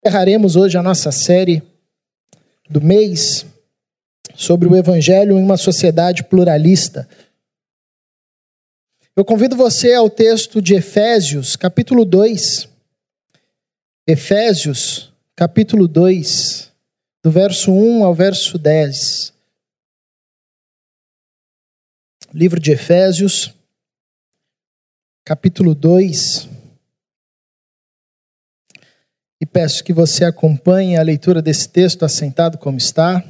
Encerraremos hoje a nossa série do mês sobre o Evangelho em uma sociedade pluralista. Eu convido você ao texto de Efésios, capítulo 2. Efésios, capítulo 2, do verso 1 ao verso 10. Livro de Efésios, capítulo 2. E peço que você acompanhe a leitura desse texto assentado como está.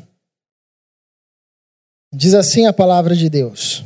Diz assim a palavra de Deus: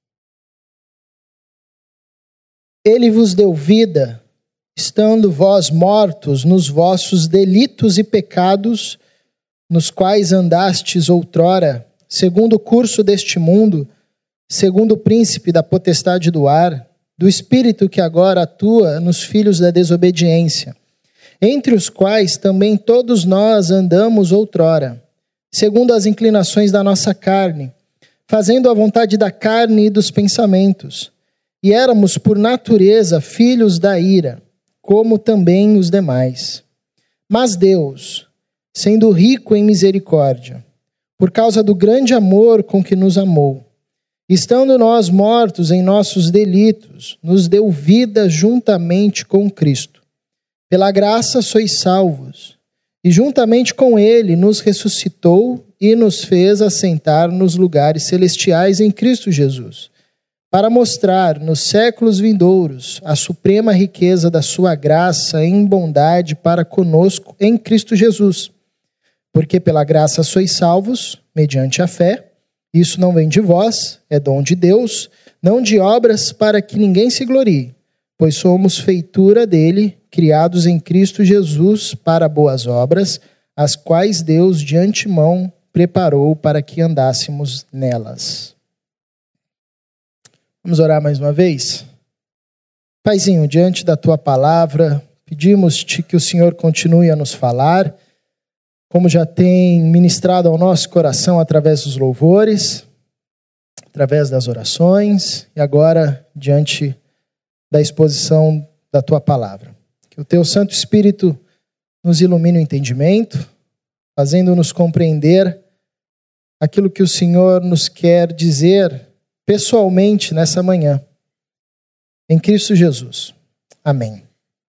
Ele vos deu vida, estando vós mortos nos vossos delitos e pecados, nos quais andastes outrora, segundo o curso deste mundo, segundo o príncipe da potestade do ar, do espírito que agora atua nos filhos da desobediência, entre os quais também todos nós andamos outrora, segundo as inclinações da nossa carne, fazendo a vontade da carne e dos pensamentos. E éramos, por natureza, filhos da ira, como também os demais. Mas Deus, sendo rico em misericórdia, por causa do grande amor com que nos amou, estando nós mortos em nossos delitos, nos deu vida juntamente com Cristo. Pela graça sois salvos, e juntamente com Ele nos ressuscitou e nos fez assentar nos lugares celestiais em Cristo Jesus, para mostrar nos séculos vindouros a suprema riqueza da sua graça em bondade para conosco em Cristo Jesus. Porque pela graça sois salvos, mediante a fé. Isso não vem de vós, é dom de Deus, não de obras para que ninguém se glorie, pois somos feitura dele, criados em Cristo Jesus para boas obras, as quais Deus de antemão preparou para que andássemos nelas. Vamos orar mais uma vez? Paizinho, diante da tua palavra, pedimos-te que o Senhor continue a nos falar, como já tem ministrado ao nosso coração através dos louvores, através das orações e agora diante da exposição da tua palavra. Que o teu Santo Espírito nos ilumine o entendimento, fazendo-nos compreender aquilo que o Senhor nos quer dizer pessoalmente nessa manhã. Em Cristo Jesus. Amém.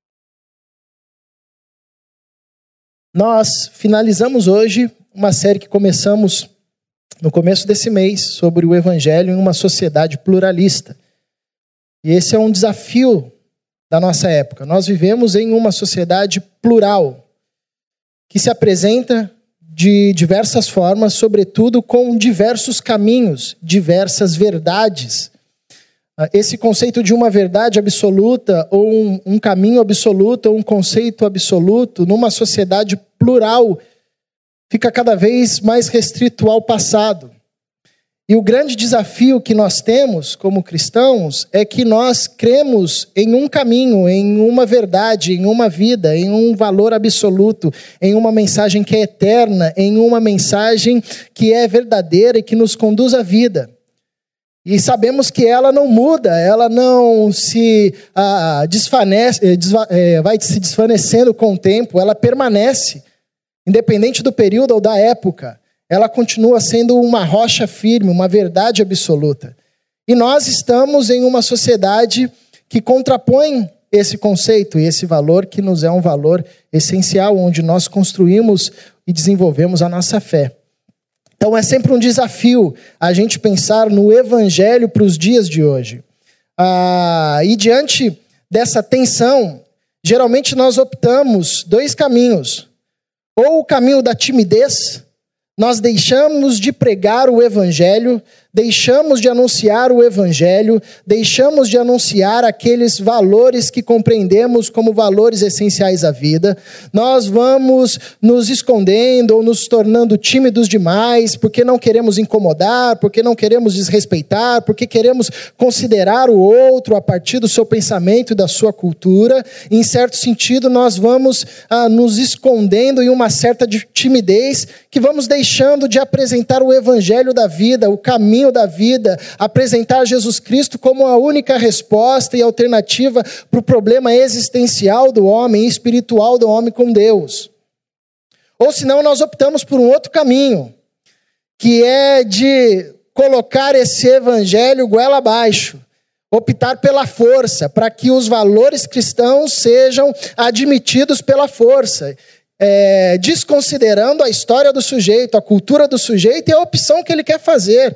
Nós finalizamos hoje uma série que começamos no começo desse mês sobre o Evangelho em uma sociedade pluralista. E esse é um desafio da nossa época. Nós vivemos em uma sociedade plural, que se apresenta de diversas formas, sobretudo com diversos caminhos, diversas verdades. Esse conceito de uma verdade absoluta, ou um caminho absoluto, ou um conceito absoluto, numa sociedade plural, fica cada vez mais restrito ao passado. E o grande desafio que nós temos como cristãos é que nós cremos em um caminho, em uma verdade, em uma vida, em um valor absoluto, em uma mensagem que é eterna, em uma mensagem que é verdadeira e que nos conduz à vida. E sabemos que ela não muda, ela não se vai se desvanecendo com o tempo, ela permanece, independente do período ou da época. Ela continua sendo uma rocha firme, uma verdade absoluta. E nós estamos em uma sociedade que contrapõe esse conceito e esse valor que nos é um valor essencial, onde nós construímos e desenvolvemos a nossa fé. Então é sempre um desafio a gente pensar no Evangelho para os dias de hoje. E diante dessa tensão, geralmente nós optamos dois caminhos. Ou o caminho da timidez, nós deixamos de pregar o Evangelho, deixamos de anunciar o Evangelho, deixamos de anunciar aqueles valores que compreendemos como valores essenciais à vida. Nós vamos nos escondendo ou nos tornando tímidos demais, porque não queremos incomodar, porque não queremos desrespeitar, porque queremos considerar o outro a partir do seu pensamento e da sua cultura. E, em certo sentido, nós vamos nos escondendo em uma certa timidez, que vamos deixando de apresentar o Evangelho da vida, o caminho da vida, apresentar Jesus Cristo como a única resposta e alternativa para o problema existencial do homem, espiritual do homem com Deus. Ou senão nós optamos por um outro caminho, que é de colocar esse evangelho goela abaixo, optar pela força, para que os valores cristãos sejam admitidos pela força, desconsiderando a história do sujeito, a cultura do sujeito e a opção que ele quer fazer,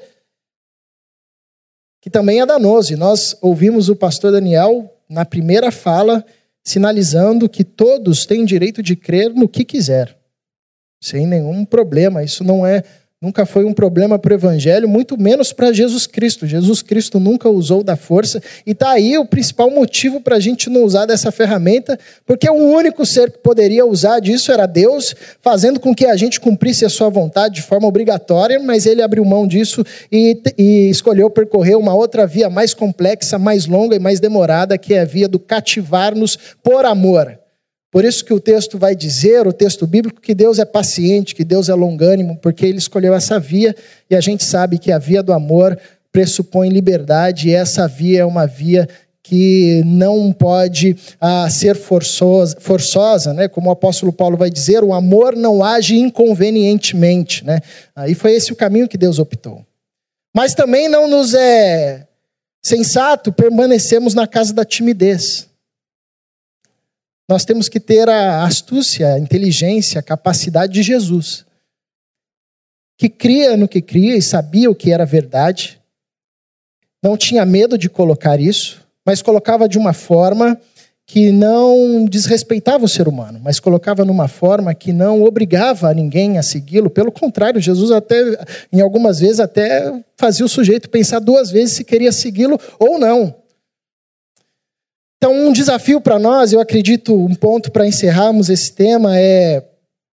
que também é danoso. E nós ouvimos o pastor Daniel, na primeira fala, sinalizando que todos têm direito de crer no que quiser, sem nenhum problema. Isso nunca foi um problema para o Evangelho, muito menos para Jesus Cristo. Jesus Cristo nunca usou da força, e está aí o principal motivo para a gente não usar dessa ferramenta, porque o único ser que poderia usar disso era Deus, fazendo com que a gente cumprisse a sua vontade de forma obrigatória, mas ele abriu mão disso e escolheu percorrer uma outra via mais complexa, mais longa e mais demorada, que é a via do cativar-nos por amor. Por isso que o texto vai dizer, o texto bíblico, que Deus é paciente, que Deus é longânimo, porque ele escolheu essa via, e a gente sabe que a via do amor pressupõe liberdade, e essa via é uma via que não pode ser forçosa, né? Como o apóstolo Paulo vai dizer, o amor não age inconvenientemente, né? Aí foi esse o caminho que Deus optou. Mas também não nos é sensato permanecermos na casa da timidez. Nós temos que ter a astúcia, a inteligência, a capacidade de Jesus, que cria no que cria e sabia o que era verdade, não tinha medo de colocar isso, mas colocava de uma forma que não desrespeitava o ser humano, mas colocava numa forma que não obrigava ninguém a segui-lo. Pelo contrário, Jesus até, em algumas vezes, até fazia o sujeito pensar 2 vezes se queria segui-lo ou não. Então, um desafio para nós, eu acredito, um ponto para encerrarmos esse tema é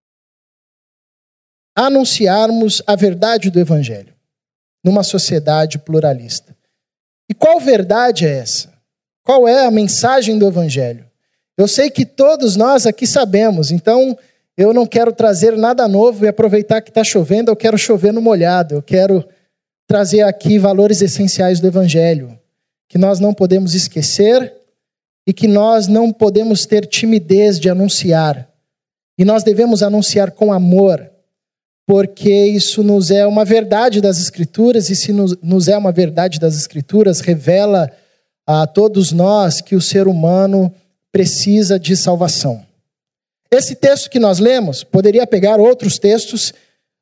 anunciarmos a verdade do Evangelho numa sociedade pluralista. E qual verdade é essa? Qual é a mensagem do Evangelho? Eu sei que todos nós aqui sabemos, então eu não quero trazer nada novo e aproveitar que está chovendo, eu quero chover no molhado, eu quero trazer aqui valores essenciais do Evangelho, que nós não podemos esquecer e que nós não podemos ter timidez de anunciar. E nós devemos anunciar com amor, porque isso nos é uma verdade das Escrituras, e se nos é uma verdade das Escrituras, revela a todos nós que o ser humano precisa de salvação. Esse texto que nós lemos, poderia pegar outros textos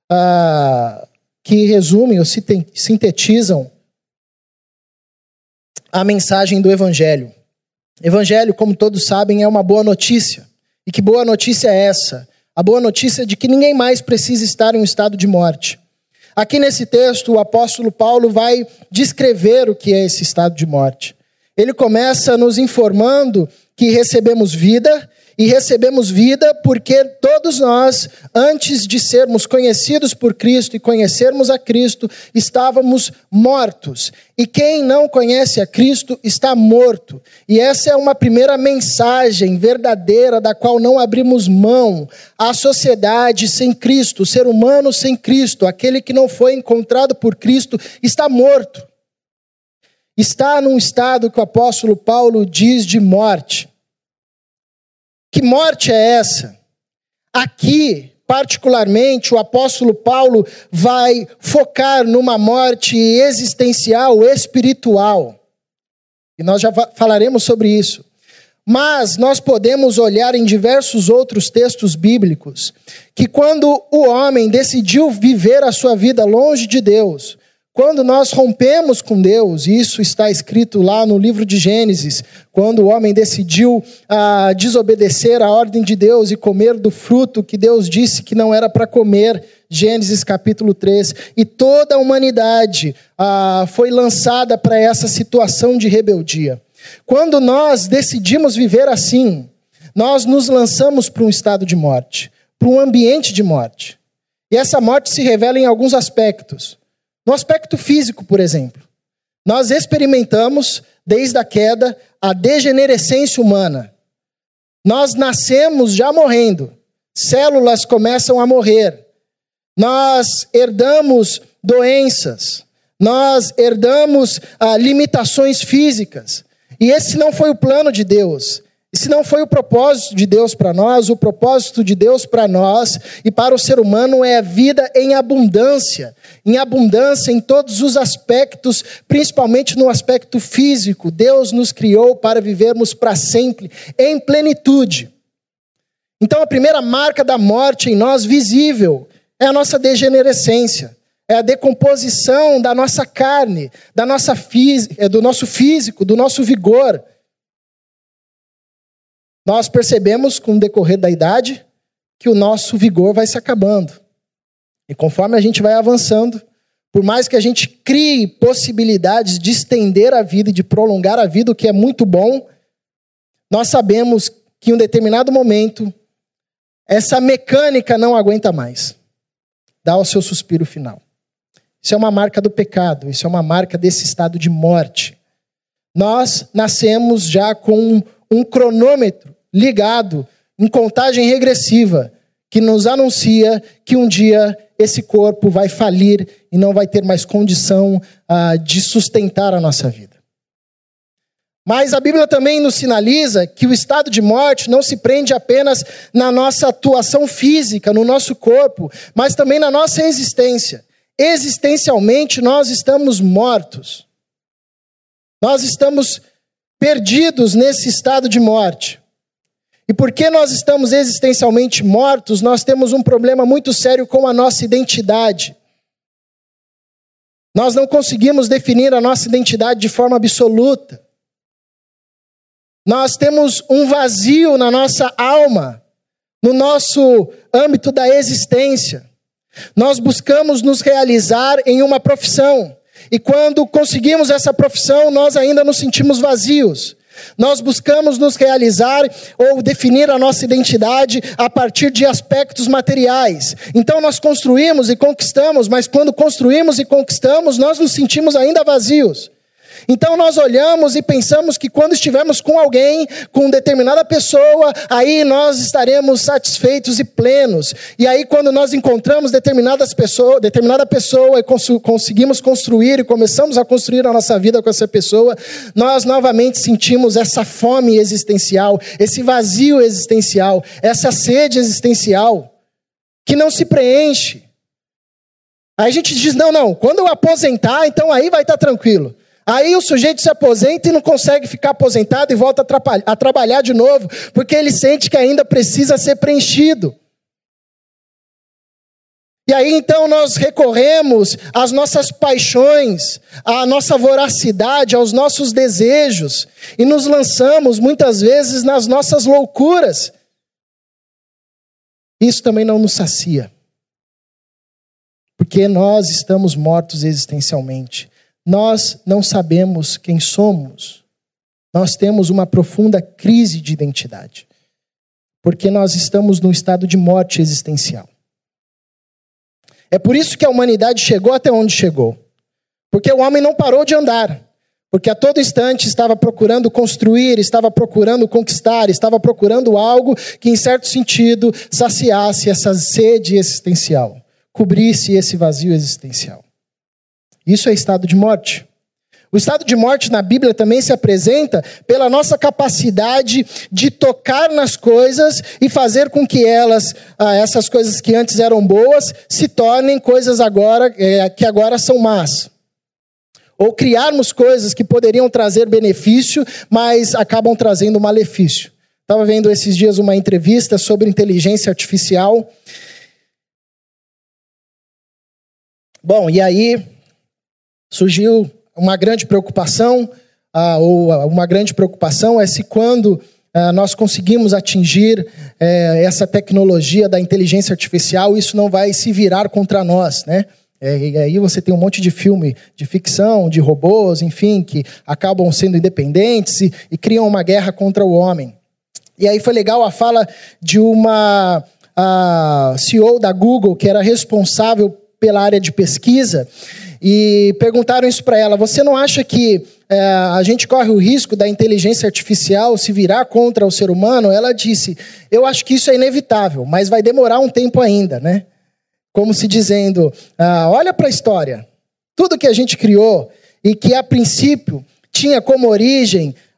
que resumem ou sintetizam a mensagem do Evangelho. Evangelho, como todos sabem, é uma boa notícia. E que boa notícia é essa? A boa notícia é de que ninguém mais precisa estar em um estado de morte. Aqui nesse texto, o apóstolo Paulo vai descrever o que é esse estado de morte. Ele começa nos informando que recebemos vida, e recebemos vida porque todos nós, antes de sermos conhecidos por Cristo e conhecermos a Cristo, estávamos mortos. E quem não conhece a Cristo está morto. E essa é uma primeira mensagem verdadeira da qual não abrimos mão. A sociedade sem Cristo, o ser humano sem Cristo, aquele que não foi encontrado por Cristo, está morto. Está num estado que o apóstolo Paulo diz de morte. Que morte é essa? Aqui, particularmente, o apóstolo Paulo vai focar numa morte existencial, espiritual. E nós já falaremos sobre isso. Mas nós podemos olhar em diversos outros textos bíblicos que quando o homem decidiu viver a sua vida longe de Deus, quando nós rompemos com Deus, e isso está escrito lá no livro de Gênesis, quando o homem decidiu desobedecer a ordem de Deus e comer do fruto que Deus disse que não era para comer, Gênesis capítulo 3, e toda a humanidade foi lançada para essa situação de rebeldia. Quando nós decidimos viver assim, nós nos lançamos para um estado de morte, para um ambiente de morte. E essa morte se revela em alguns aspectos. No aspecto físico, por exemplo, nós experimentamos, desde a queda, a degenerescência humana. Nós nascemos já morrendo, células começam a morrer, nós herdamos doenças, nós herdamos limitações físicas. E esse não foi o plano de Deus. E se não foi o propósito de Deus para nós, o propósito de Deus para nós e para o ser humano é a vida em abundância em todos os aspectos, principalmente no aspecto físico. Deus nos criou para vivermos para sempre, em plenitude. Então a primeira marca da morte em nós visível é a nossa degenerescência, é a decomposição da nossa carne, do nosso físico, do nosso vigor. Nós percebemos com o decorrer da idade que o nosso vigor vai se acabando. E conforme a gente vai avançando, por mais que a gente crie possibilidades de estender a vida e de prolongar a vida, o que é muito bom, nós sabemos que em um determinado momento, essa mecânica não aguenta mais. Dá o seu suspiro final. Isso é uma marca do pecado, isso é uma marca desse estado de morte. Nós nascemos já com um cronômetro ligado em contagem regressiva que nos anuncia que um dia esse corpo vai falir e não vai ter mais condição de sustentar a nossa vida. Mas a Bíblia também nos sinaliza que o estado de morte não se prende apenas na nossa atuação física, no nosso corpo, mas também na nossa existência. Existencialmente, nós estamos mortos. Nós estamos perdidos nesse estado de morte. E porque nós estamos existencialmente mortos, nós temos um problema muito sério com a nossa identidade. Nós não conseguimos definir a nossa identidade de forma absoluta. Nós temos um vazio na nossa alma, no nosso âmbito da existência. Nós buscamos nos realizar em uma profissão. E quando conseguimos essa profissão, nós ainda nos sentimos vazios. Nós buscamos nos realizar ou definir a nossa identidade a partir de aspectos materiais. Então nós construímos e conquistamos, mas quando construímos e conquistamos, nós nos sentimos ainda vazios. Então nós olhamos e pensamos que quando estivermos com alguém, com determinada pessoa, aí nós estaremos satisfeitos e plenos. E aí quando nós encontramos determinada pessoa e conseguimos construir e começamos a construir a nossa vida com essa pessoa, nós novamente sentimos essa fome existencial, esse vazio existencial, essa sede existencial que não se preenche. Aí a gente diz, não, quando eu aposentar, então aí vai estar tranquilo. Aí o sujeito se aposenta e não consegue ficar aposentado e volta a trabalhar de novo, porque ele sente que ainda precisa ser preenchido. E aí então nós recorremos às nossas paixões, à nossa voracidade, aos nossos desejos, e nos lançamos muitas vezes nas nossas loucuras. Isso também não nos sacia, porque nós estamos mortos existencialmente. Nós não sabemos quem somos. Nós temos uma profunda crise de identidade. Porque nós estamos num estado de morte existencial. É por isso que a humanidade chegou até onde chegou. Porque o homem não parou de andar. Porque a todo instante estava procurando construir, estava procurando conquistar, estava procurando algo que, em certo sentido, saciasse essa sede existencial. Cobrisse esse vazio existencial. Isso é estado de morte. O estado de morte na Bíblia também se apresenta pela nossa capacidade de tocar nas coisas e fazer com que essas coisas que antes eram boas, se tornem coisas que agora são más. Ou criarmos coisas que poderiam trazer benefício, mas acabam trazendo malefício. Estava vendo esses dias uma entrevista sobre inteligência artificial. Bom, e aí surgiu uma grande preocupação, uma grande preocupação é se quando nós conseguimos atingir essa tecnologia da inteligência artificial, isso não vai se virar contra nós, né? E aí você tem um monte de filme de ficção, de robôs, enfim, que acabam sendo independentes e criam uma guerra contra o homem. E aí foi legal a fala de uma CEO da Google, que era responsável pela área de pesquisa, e perguntaram isso para ela: você não acha que a gente corre o risco da inteligência artificial se virar contra o ser humano? Ela disse: eu acho que isso é inevitável, mas vai demorar um tempo ainda, né? Como se dizendo, olha para a história, tudo que a gente criou e que a princípio tinha como origem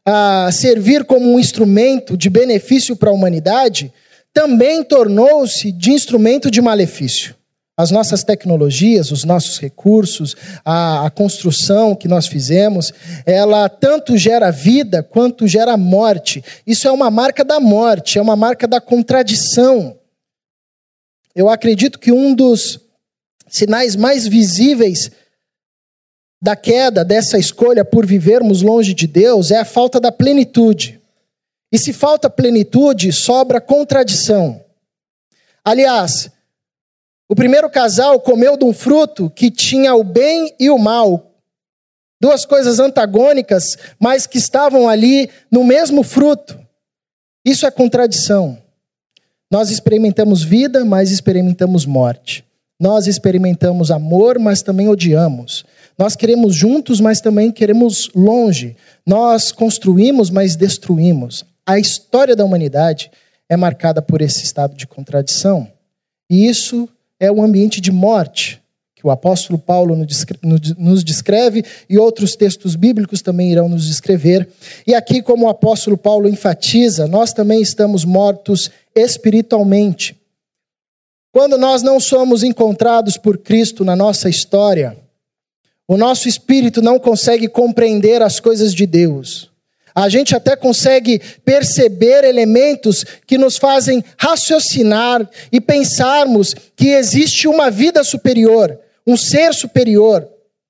a servir como um instrumento de benefício para a humanidade, também tornou-se de instrumento de malefício. As nossas tecnologias, os nossos recursos, a construção que nós fizemos, ela tanto gera vida quanto gera morte. Isso é uma marca da morte, é uma marca da contradição. Eu acredito que um dos sinais mais visíveis da queda, dessa escolha por vivermos longe de Deus, é a falta da plenitude. E se falta plenitude, sobra contradição. Aliás, o primeiro casal comeu de um fruto que tinha o bem e o mal. Duas coisas antagônicas, mas que estavam ali no mesmo fruto. Isso é contradição. Nós experimentamos vida, mas experimentamos morte. Nós experimentamos amor, mas também odiamos. Nós queremos juntos, mas também queremos longe. Nós construímos, mas destruímos. A história da humanidade é marcada por esse estado de contradição. E isso é um ambiente de morte, que o apóstolo Paulo nos descreve e outros textos bíblicos também irão nos descrever. E aqui, como o apóstolo Paulo enfatiza, nós também estamos mortos espiritualmente. Quando nós não somos encontrados por Cristo na nossa história, o nosso espírito não consegue compreender as coisas de Deus. A gente até consegue perceber elementos que nos fazem raciocinar e pensarmos que existe uma vida superior, um ser superior,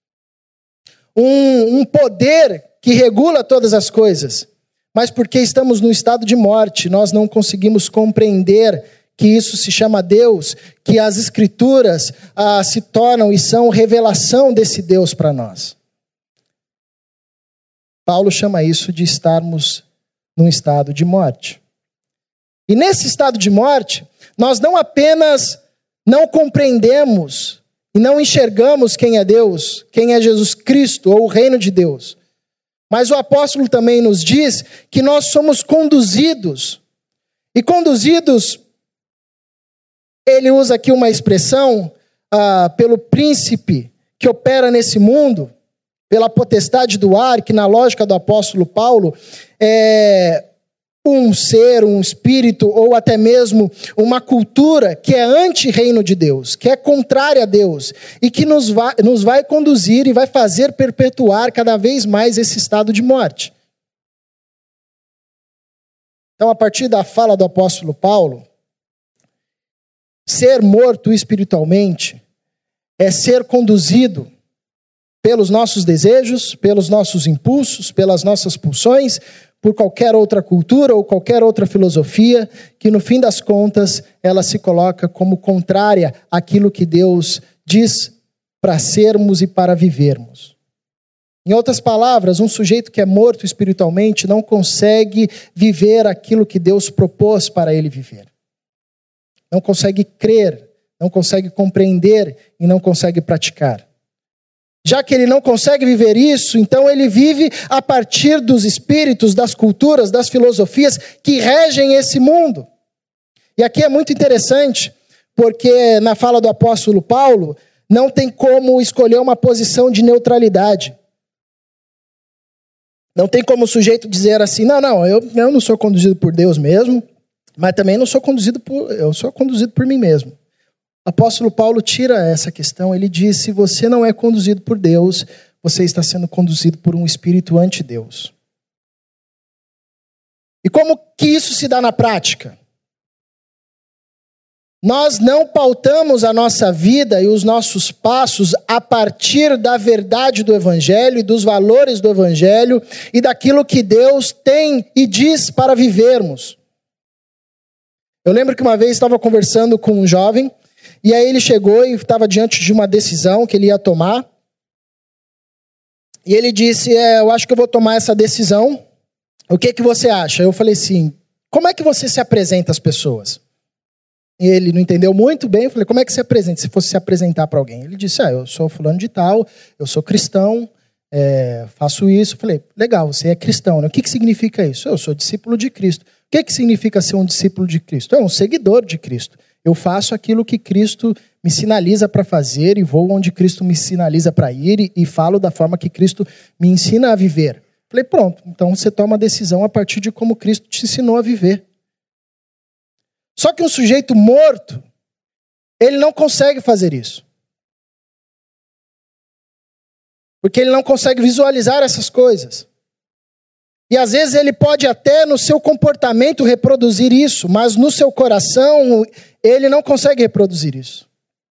um poder que regula todas as coisas. Mas porque estamos no estado de morte, nós não conseguimos compreender que isso se chama Deus, que as Escrituras se tornam e são revelação desse Deus para nós. Paulo chama isso de estarmos num estado de morte. E nesse estado de morte, nós não apenas não compreendemos e não enxergamos quem é Deus, quem é Jesus Cristo ou o reino de Deus, mas o apóstolo também nos diz que nós somos conduzidos. E conduzidos, ele usa aqui uma expressão pelo príncipe que opera nesse mundo, pela potestade do ar, que na lógica do apóstolo Paulo é um ser, um espírito, ou até mesmo uma cultura que é anti-reino de Deus, que é contrária a Deus, e que nos vai conduzir e vai fazer perpetuar cada vez mais esse estado de morte. Então, a partir da fala do apóstolo Paulo, ser morto espiritualmente é ser conduzido pelos nossos desejos, pelos nossos impulsos, pelas nossas pulsões, por qualquer outra cultura ou qualquer outra filosofia, que no fim das contas ela se coloca como contrária àquilo que Deus diz para sermos e para vivermos. Em outras palavras, um sujeito que é morto espiritualmente não consegue viver aquilo que Deus propôs para ele viver. Não consegue crer, não consegue compreender e não consegue praticar. Já que ele não consegue viver isso, então ele vive a partir dos espíritos, das culturas, das filosofias que regem esse mundo. E aqui é muito interessante, porque na fala do apóstolo Paulo, não tem como escolher uma posição de neutralidade. Não tem como o sujeito dizer assim, eu não sou conduzido por Deus mesmo, mas também eu sou conduzido por mim mesmo. O apóstolo Paulo tira essa questão, ele diz, se você não é conduzido por Deus, você está sendo conduzido por um espírito anti-Deus. E como que isso se dá na prática? Nós não pautamos a nossa vida e os nossos passos a partir da verdade do Evangelho e dos valores do Evangelho e daquilo que Deus tem e diz para vivermos. Eu lembro que uma vez estava conversando com um jovem, e aí ele chegou e estava diante de uma decisão que ele ia tomar. E ele disse, eu acho que eu vou tomar essa decisão. O que você acha? Eu falei assim, como é que você se apresenta às pessoas? E ele não entendeu muito bem. Eu falei, como é que se apresenta? Se fosse se apresentar para alguém. Ele disse, eu sou fulano de tal, eu sou cristão, faço isso. Eu falei, legal, você é cristão, né? O que significa isso? Eu sou discípulo de Cristo. O que significa ser um discípulo de Cristo? É um seguidor de Cristo. Eu faço aquilo que Cristo me sinaliza para fazer e vou onde Cristo me sinaliza para ir e falo da forma que Cristo me ensina a viver. Falei, pronto, então você toma a decisão a partir de como Cristo te ensinou a viver. Só que um sujeito morto, ele não consegue fazer isso. Porque ele não consegue visualizar essas coisas. E às vezes ele pode até no seu comportamento reproduzir isso, mas no seu coração ele não consegue reproduzir isso.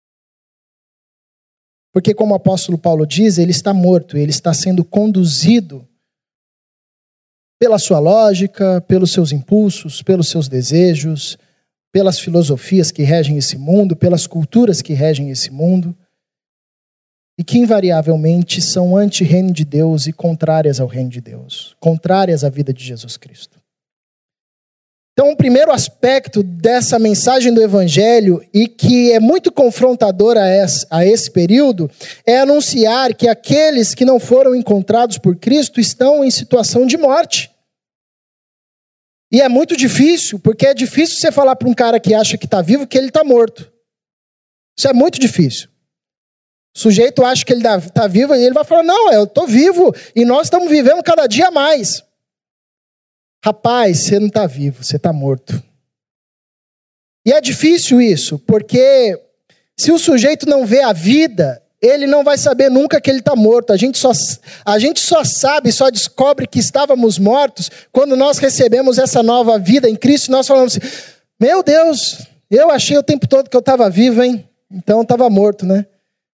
Porque como o apóstolo Paulo diz, ele está morto, ele está sendo conduzido pela sua lógica, pelos seus impulsos, pelos seus desejos, pelas filosofias que regem esse mundo, pelas culturas que regem esse mundo, e que invariavelmente são anti-reino de Deus e contrárias ao reino de Deus, contrárias à vida de Jesus Cristo. Então, o primeiro aspecto dessa mensagem do Evangelho, e que é muito confrontador a esse período, é anunciar que aqueles que não foram encontrados por Cristo estão em situação de morte. E é muito difícil, porque é difícil você falar para um cara que acha que está vivo que ele está morto. Isso é muito difícil. O sujeito acha que ele está vivo e ele vai falar, não, eu estou vivo e nós estamos vivendo cada dia mais. Rapaz, você não está vivo, você está morto. E é difícil isso, porque se o sujeito não vê a vida, ele não vai saber nunca que ele está morto. A gente só sabe, só descobre que estávamos mortos quando nós recebemos essa nova vida em Cristo e nós falamos assim, meu Deus, eu achei o tempo todo que eu estava vivo, hein? Então eu estava morto, né?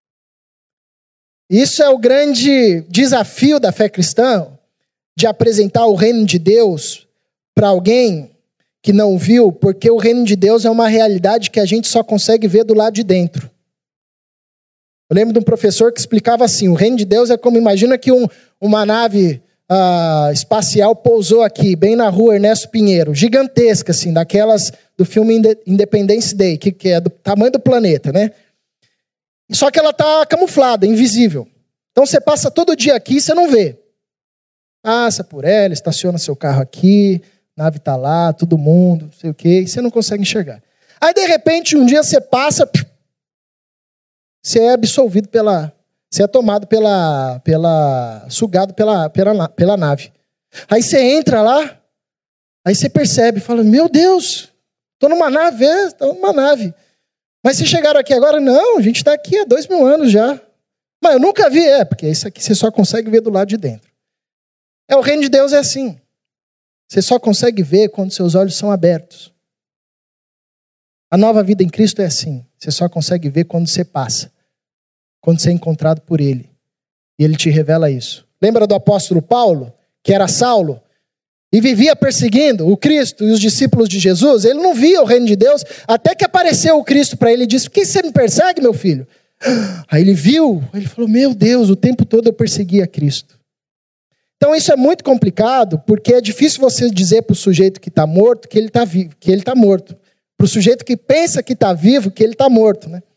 Isso é o grande desafio da fé cristã, de apresentar o reino de Deus para alguém que não viu, porque o reino de Deus é uma realidade que a gente só consegue ver do lado de dentro. Eu lembro de um professor que explicava assim, o reino de Deus é como, imagina que uma nave espacial pousou aqui, bem na rua Ernesto Pinheiro, gigantesca assim, daquelas do filme Independence Day, que é do tamanho do planeta, né? Só que ela está camuflada, invisível. Então você passa todo dia aqui e você não vê. Passa por ela, estaciona seu carro aqui, nave está lá, todo mundo, não sei o quê, e você não consegue enxergar. Aí de repente um dia você passa, você é absolvido você é tomado sugado pela nave. Aí você entra lá, aí você percebe, fala, meu Deus, estou numa nave, estou numa nave. Mas vocês chegaram aqui agora? Não, a gente está aqui há 2000 anos já. Mas eu nunca vi, porque isso aqui você só consegue ver do lado de dentro. O reino de Deus é assim. Você só consegue ver quando seus olhos são abertos. A nova vida em Cristo é assim. Você só consegue ver quando você passa. Quando você é encontrado por Ele. E Ele te revela isso. Lembra do apóstolo Paulo, que era Saulo? E vivia perseguindo o Cristo e os discípulos de Jesus. Ele não via o reino de Deus, até que apareceu o Cristo para ele e disse, por que você me persegue, meu filho? Aí ele viu, ele falou, meu Deus, o tempo todo eu persegui a Cristo. Então isso é muito complicado, porque é difícil você dizer para o sujeito que está morto que ele está vivo, que ele está morto. Para o sujeito que pensa que está vivo, que ele está morto, né?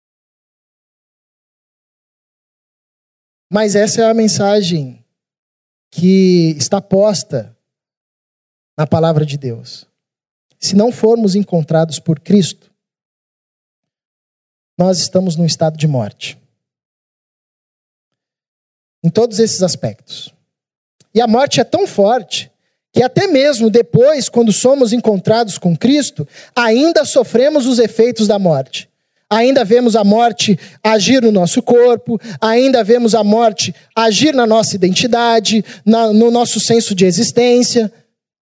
Mas essa é a mensagem que está posta na palavra de Deus. Se não formos encontrados por Cristo, nós estamos num estado de morte. Em todos esses aspectos. E a morte é tão forte que até mesmo depois, quando somos encontrados com Cristo, ainda sofremos os efeitos da morte. Ainda vemos a morte agir no nosso corpo, ainda vemos a morte agir na nossa identidade, no nosso senso de existência.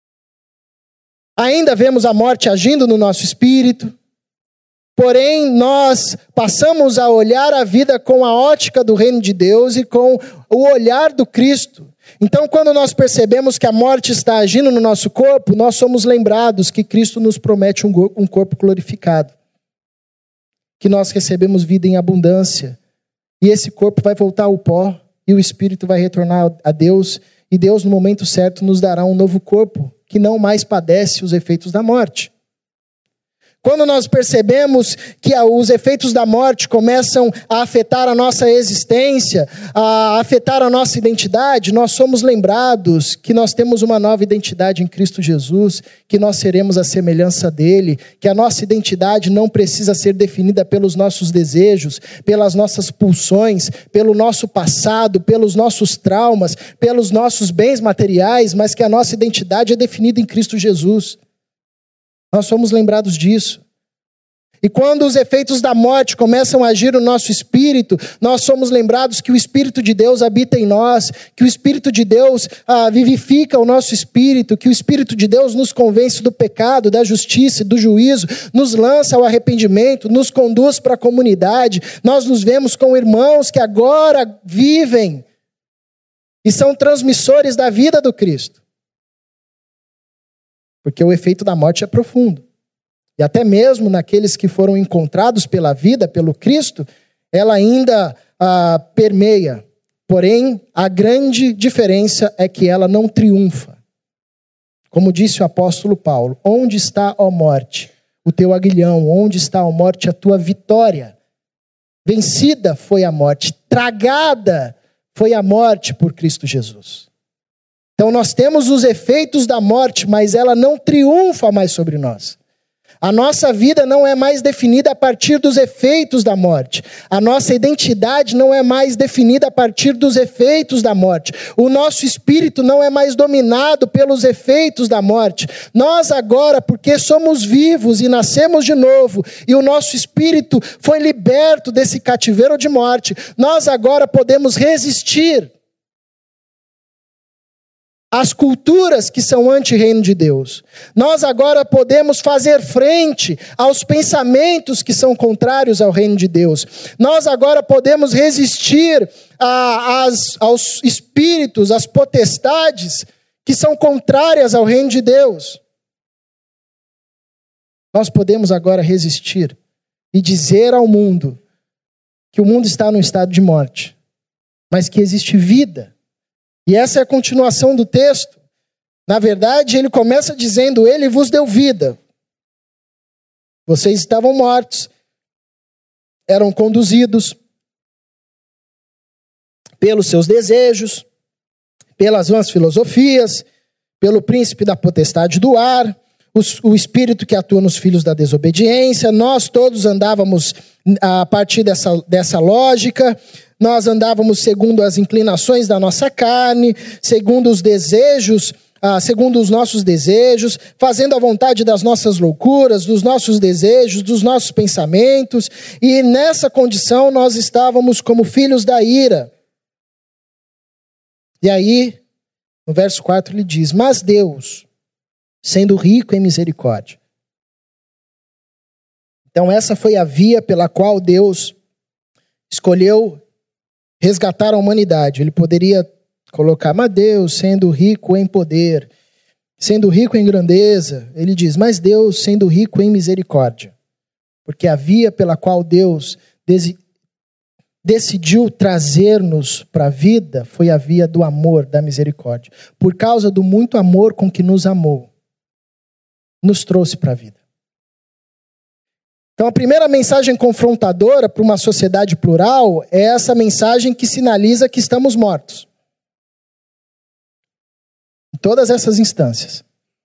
Ainda vemos a morte agindo no nosso espírito. Porém, nós passamos a olhar a vida com a ótica do reino de Deus e com o olhar do Cristo. Então, quando nós percebemos que a morte está agindo no nosso corpo, nós somos lembrados que Cristo nos promete um corpo glorificado. Que nós recebemos vida em abundância. E esse corpo vai voltar ao pó e o espírito vai retornar a Deus. E Deus, no momento certo, nos dará um novo corpo que não mais padece os efeitos da morte. Quando nós percebemos que os efeitos da morte começam a afetar a nossa existência, a afetar a nossa identidade, nós somos lembrados que nós temos uma nova identidade em Cristo Jesus, que nós seremos a semelhança dele, que a nossa identidade não precisa ser definida pelos nossos desejos, pelas nossas pulsões, pelo nosso passado, pelos nossos traumas, pelos nossos bens materiais, mas que a nossa identidade é definida em Cristo Jesus. Nós somos lembrados disso. E quando os efeitos da morte começam a agir no nosso espírito, nós somos lembrados que o Espírito de Deus habita em nós, que o Espírito de Deus vivifica o nosso espírito, que o Espírito de Deus nos convence do pecado, da justiça e do juízo, nos lança ao arrependimento, nos conduz para a comunidade. Nós nos vemos com irmãos que agora vivem e são transmissores da vida do Cristo. Porque o efeito da morte é profundo. E até mesmo naqueles que foram encontrados pela vida, pelo Cristo, ela ainda permeia. Porém, a grande diferença é que ela não triunfa. Como disse o apóstolo Paulo, onde está, ó morte, o teu aguilhão? Onde está, ó morte, a tua vitória? Vencida foi a morte, tragada foi a morte por Cristo Jesus. Então nós temos os efeitos da morte, mas ela não triunfa mais sobre nós. A nossa vida não é mais definida a partir dos efeitos da morte. A nossa identidade não é mais definida a partir dos efeitos da morte. O nosso espírito não é mais dominado pelos efeitos da morte. Nós agora, porque somos vivos e nascemos de novo, e o nosso espírito foi liberto desse cativeiro de morte, nós agora podemos resistir as culturas que são anti-reino de Deus. Nós agora podemos fazer frente aos pensamentos que são contrários ao reino de Deus. Nós agora podemos resistir aos espíritos, às potestades que são contrárias ao reino de Deus. Nós podemos agora resistir e dizer ao mundo que o mundo está num estado de morte, mas que existe vida. E essa é a continuação do texto. Na verdade, ele começa dizendo, ele vos deu vida. Vocês estavam mortos, eram conduzidos pelos seus desejos, pelas vãs filosofias, pelo príncipe da potestade do ar, o espírito que atua nos filhos da desobediência. Nós todos andávamos a partir dessa lógica. Nós andávamos segundo as inclinações da nossa carne, segundo os desejos, segundo os nossos desejos, fazendo a vontade das nossas loucuras, dos nossos desejos, dos nossos pensamentos. E nessa condição nós estávamos como filhos da ira. E aí, no verso 4 ele diz, mas Deus, sendo rico em misericórdia. Então essa foi a via pela qual Deus escolheu resgatar a humanidade. Ele poderia colocar, mas Deus, sendo rico em poder, sendo rico em grandeza, ele diz, mas Deus, sendo rico em misericórdia. Porque a via pela qual Deus decidiu trazer-nos para a vida foi a via do amor, da misericórdia. Por causa do muito amor com que nos amou, nos trouxe para a vida. Então a primeira mensagem confrontadora para uma sociedade plural é essa mensagem que sinaliza que estamos mortos. Em todas essas instâncias.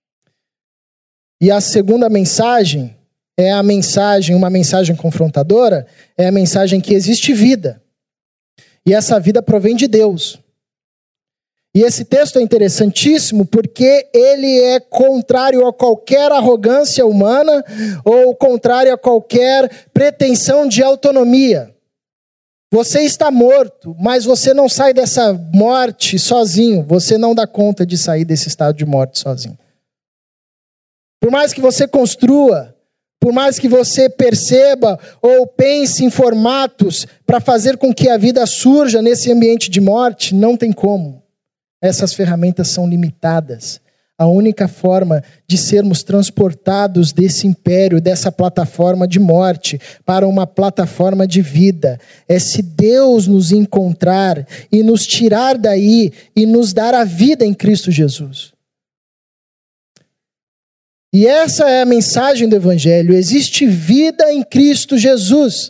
E a segunda mensagem é uma mensagem confrontadora, é a mensagem que existe vida. E essa vida provém de Deus. E esse texto é interessantíssimo porque ele é contrário a qualquer arrogância humana ou contrário a qualquer pretensão de autonomia. Você está morto, mas você não sai dessa morte sozinho. Você não dá conta de sair desse estado de morte sozinho. Por mais que você construa, por mais que você perceba ou pense em formatos para fazer com que a vida surja nesse ambiente de morte, não tem como. Essas ferramentas são limitadas. A única forma de sermos transportados desse império, dessa plataforma de morte, para uma plataforma de vida, é se Deus nos encontrar e nos tirar daí e nos dar a vida em Cristo Jesus. E essa é a mensagem do Evangelho. Existe vida em Cristo Jesus.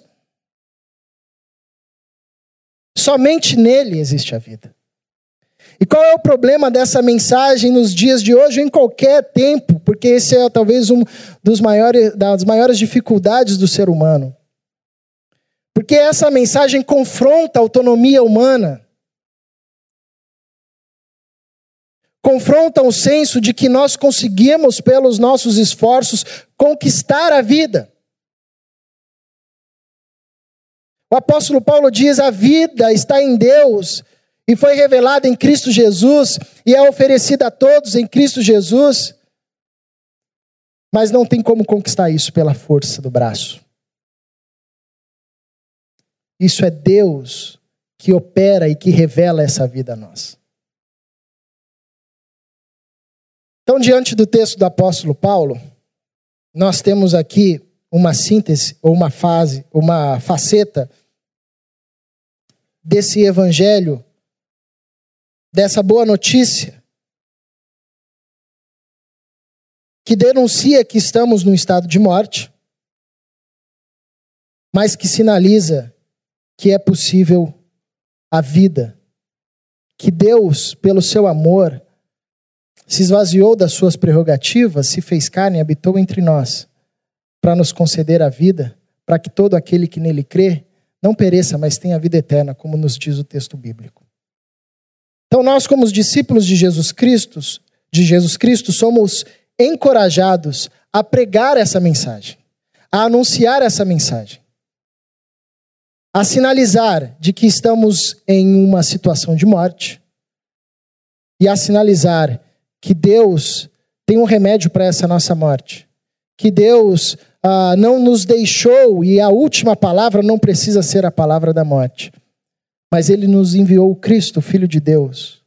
Somente nele existe a vida. E qual é o problema dessa mensagem nos dias de hoje ou em qualquer tempo? Porque esse é talvez das maiores dificuldades do ser humano. Porque essa mensagem confronta a autonomia humana. Confronta o senso de que nós conseguimos, pelos nossos esforços, conquistar a vida. O apóstolo Paulo diz: a vida está em Deus e foi revelada em Cristo Jesus e é oferecida a todos em Cristo Jesus. Mas não tem como conquistar isso pela força do braço. Isso é Deus que opera e que revela essa vida a nós. Então, diante do texto do apóstolo Paulo, nós temos aqui uma síntese, ou uma faceta desse evangelho, dessa boa notícia, que denuncia que estamos num estado de morte, mas que sinaliza que é possível a vida, que Deus, pelo seu amor, se esvaziou das suas prerrogativas, se fez carne e habitou entre nós, para nos conceder a vida, para que todo aquele que nele crê não pereça, mas tenha vida eterna, como nos diz o texto bíblico. Então nós, como os discípulos de Jesus Cristo, somos encorajados a pregar essa mensagem, a anunciar essa mensagem, a sinalizar de que estamos em uma situação de morte e a sinalizar que Deus tem um remédio para essa nossa morte, que Deus não nos deixou e a última palavra não precisa ser a palavra da morte, mas Ele nos enviou o Cristo, Filho de Deus.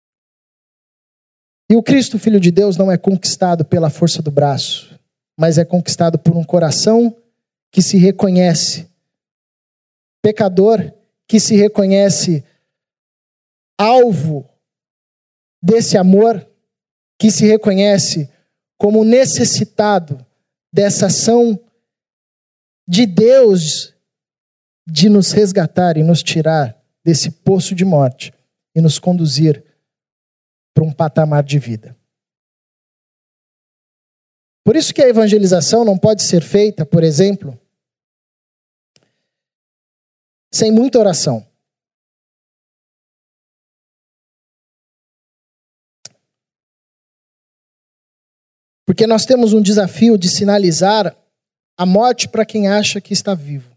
E o Cristo, Filho de Deus, não é conquistado pela força do braço, mas é conquistado por um coração que se reconhece pecador, que se reconhece alvo desse amor, que se reconhece como necessitado dessa ação de Deus de nos resgatar e nos tirar desse poço de morte e nos conduzir para um patamar de vida. Por isso que a evangelização não pode ser feita, por exemplo, sem muita oração. Porque nós temos um desafio de sinalizar a morte para quem acha que está vivo.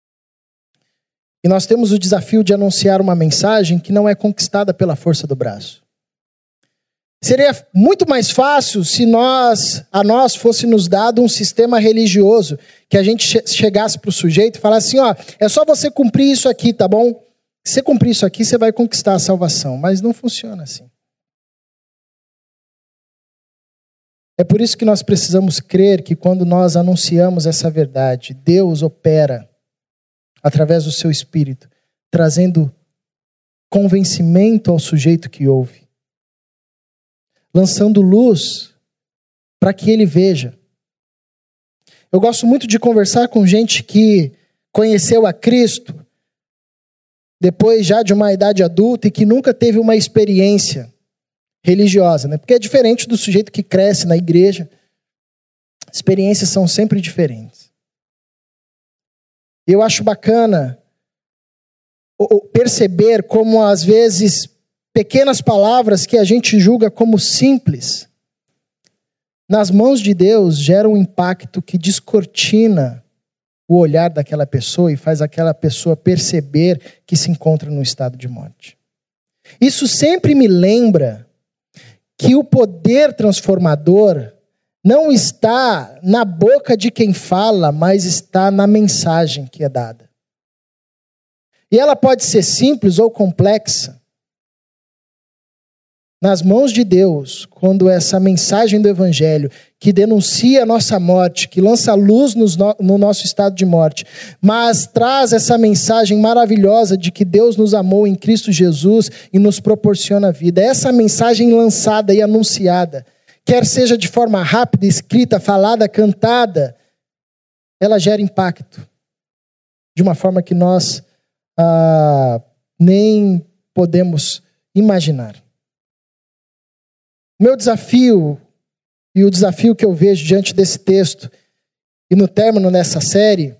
E nós temos o desafio de anunciar uma mensagem que não é conquistada pela força do braço. Seria muito mais fácil se a nós fosse nos dado um sistema religioso, que a gente chegasse para o sujeito e falasse assim, ó, é só você cumprir isso aqui, tá bom? Se você cumprir isso aqui, você vai conquistar a salvação. Mas não funciona assim. É por isso que nós precisamos crer que quando nós anunciamos essa verdade, Deus opera através do seu Espírito, trazendo convencimento ao sujeito que ouve, lançando luz para que ele veja. Eu gosto muito de conversar com gente que conheceu a Cristo depois já de uma idade adulta e que nunca teve uma experiência religiosa, né? Porque é diferente do sujeito que cresce na igreja. Experiências são sempre diferentes. Eu acho bacana perceber como às vezes pequenas palavras que a gente julga como simples, nas mãos de Deus geram um impacto que descortina o olhar daquela pessoa e faz aquela pessoa perceber que se encontra num estado de morte. Isso sempre me lembra que o poder transformador não está na boca de quem fala, mas está na mensagem que é dada. E ela pode ser simples ou complexa. Nas mãos de Deus, quando essa mensagem do Evangelho, que denuncia a nossa morte, que lança luz no nosso estado de morte, mas traz essa mensagem maravilhosa de que Deus nos amou em Cristo Jesus e nos proporciona a vida. Essa mensagem lançada e anunciada, quer seja de forma rápida, escrita, falada, cantada, ela gera impacto de uma forma que nós nem podemos imaginar. Meu desafio, e o desafio que eu vejo diante desse texto, e no término dessa série,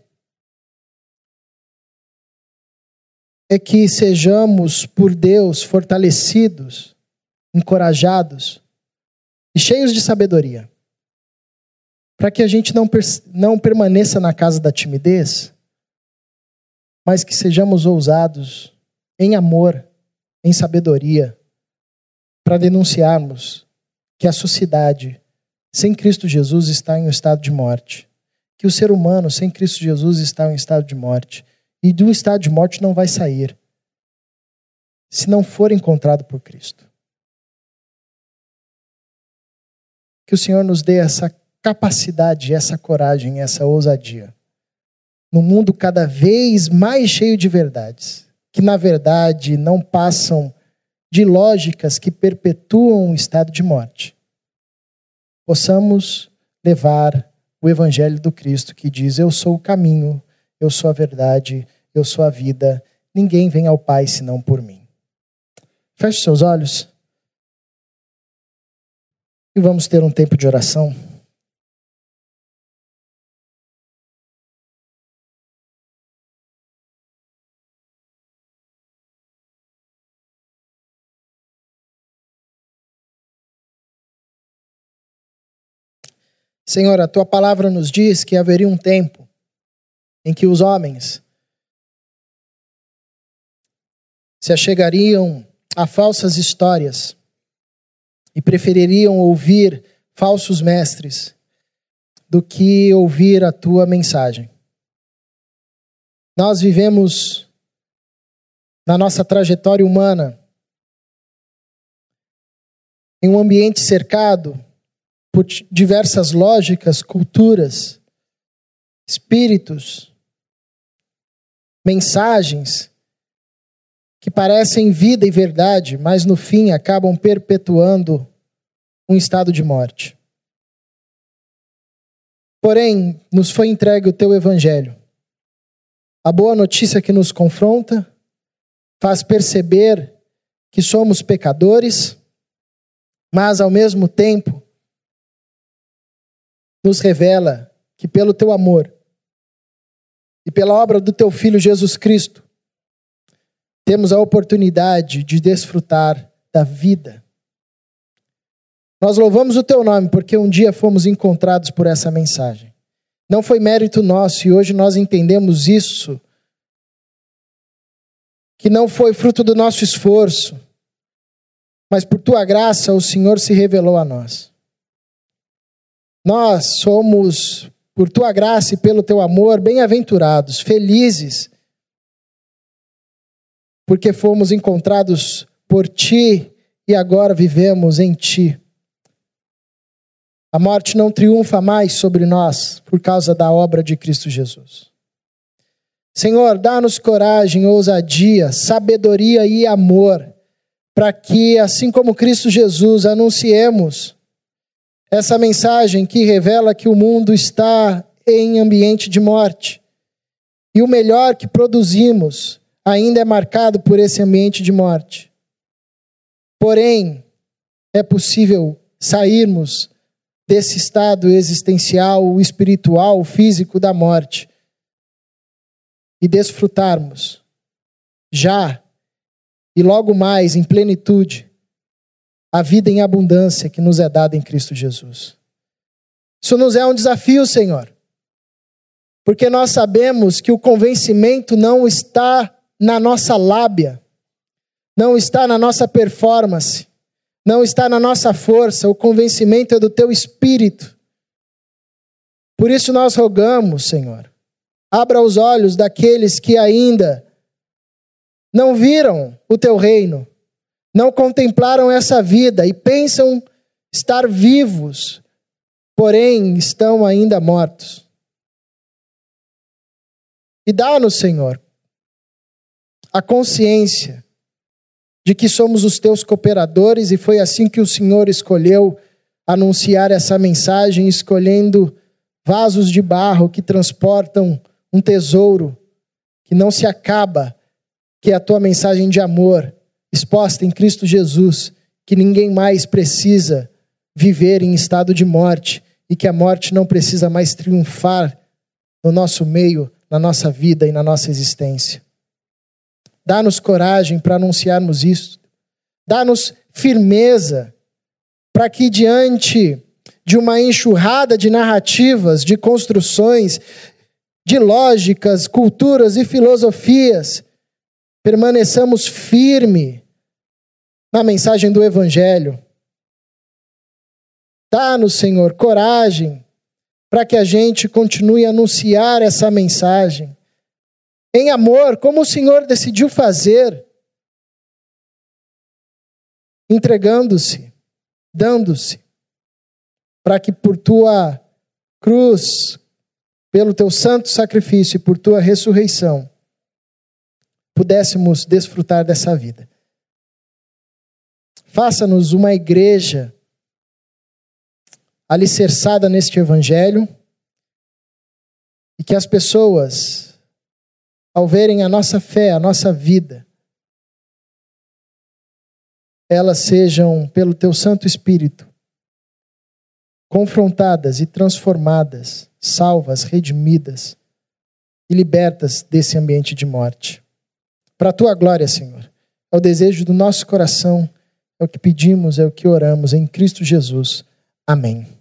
é que sejamos por Deus fortalecidos, encorajados e cheios de sabedoria, para que a gente não permaneça na casa da timidez, mas que sejamos ousados em amor, em sabedoria, para denunciarmos que a sociedade sem Cristo Jesus está em um estado de morte, que o ser humano sem Cristo Jesus está em um estado de morte, e do estado de morte não vai sair, se não for encontrado por Cristo. Que o Senhor nos dê essa capacidade, essa coragem, essa ousadia, num mundo cada vez mais cheio de verdades, que na verdade não passam de lógicas que perpetuam o estado de morte. Possamos levar o Evangelho do Cristo que diz: eu sou o caminho, eu sou a verdade, eu sou a vida, ninguém vem ao Pai senão por mim. Feche seus olhos e vamos ter um tempo de oração. Senhor, a Tua palavra nos diz que haveria um tempo em que os homens se achegariam a falsas histórias e prefeririam ouvir falsos mestres do que ouvir a Tua mensagem. Nós vivemos na nossa trajetória humana em um ambiente cercado por diversas lógicas, culturas, espíritos, mensagens que parecem vida e verdade, mas no fim acabam perpetuando um estado de morte. Porém, nos foi entregue o Teu Evangelho. A boa notícia que nos confronta, faz perceber que somos pecadores, mas ao mesmo tempo nos revela que pelo Teu amor e pela obra do Teu Filho Jesus Cristo, temos a oportunidade de desfrutar da vida. Nós louvamos o Teu nome porque um dia fomos encontrados por essa mensagem. Não foi mérito nosso e hoje nós entendemos isso, que não foi fruto do nosso esforço, mas por Tua graça o Senhor se revelou a nós. Nós somos, por Tua graça e pelo Teu amor, bem-aventurados, felizes, porque fomos encontrados por Ti e agora vivemos em Ti. A morte não triunfa mais sobre nós por causa da obra de Cristo Jesus. Senhor, dá-nos coragem, ousadia, sabedoria e amor, para que, assim como Cristo Jesus, anunciemos essa mensagem que revela que o mundo está em ambiente de morte. E o melhor que produzimos ainda é marcado por esse ambiente de morte. Porém, é possível sairmos desse estado existencial, espiritual, físico da morte e desfrutarmos já e logo mais em plenitude a vida em abundância que nos é dada em Cristo Jesus. Isso nos é um desafio, Senhor, porque nós sabemos que o convencimento não está na nossa lábia, não está na nossa performance, não está na nossa força, o convencimento é do Teu Espírito. Por isso nós rogamos, Senhor, abra os olhos daqueles que ainda não viram o Teu reino, não contemplaram essa vida e pensam estar vivos, porém estão ainda mortos. E dá-nos, Senhor, a consciência de que somos os Teus cooperadores e foi assim que o Senhor escolheu anunciar essa mensagem escolhendo vasos de barro que transportam um tesouro que não se acaba, que é a tua mensagem de amor exposta em Cristo Jesus, que ninguém mais precisa viver em estado de morte e que a morte não precisa mais triunfar no nosso meio, na nossa vida e na nossa existência. Dá-nos coragem para anunciarmos isso. Dá-nos firmeza para que diante de uma enxurrada de narrativas, de construções, de lógicas, culturas e filosofias, permaneçamos firmes na mensagem do Evangelho. Dá-nos, Senhor, coragem para que a gente continue a anunciar essa mensagem em amor, como o Senhor decidiu fazer, entregando-se, dando-se, para que por tua cruz, pelo teu santo sacrifício e por tua ressurreição, pudéssemos desfrutar dessa vida. Faça-nos uma igreja alicerçada neste Evangelho e que as pessoas, ao verem a nossa fé, a nossa vida, elas sejam, pelo teu Santo Espírito, confrontadas e transformadas, salvas, redimidas e libertas desse ambiente de morte. Para a tua glória, Senhor. É o desejo do nosso coração, é o que pedimos, é o que oramos em Cristo Jesus. Amém.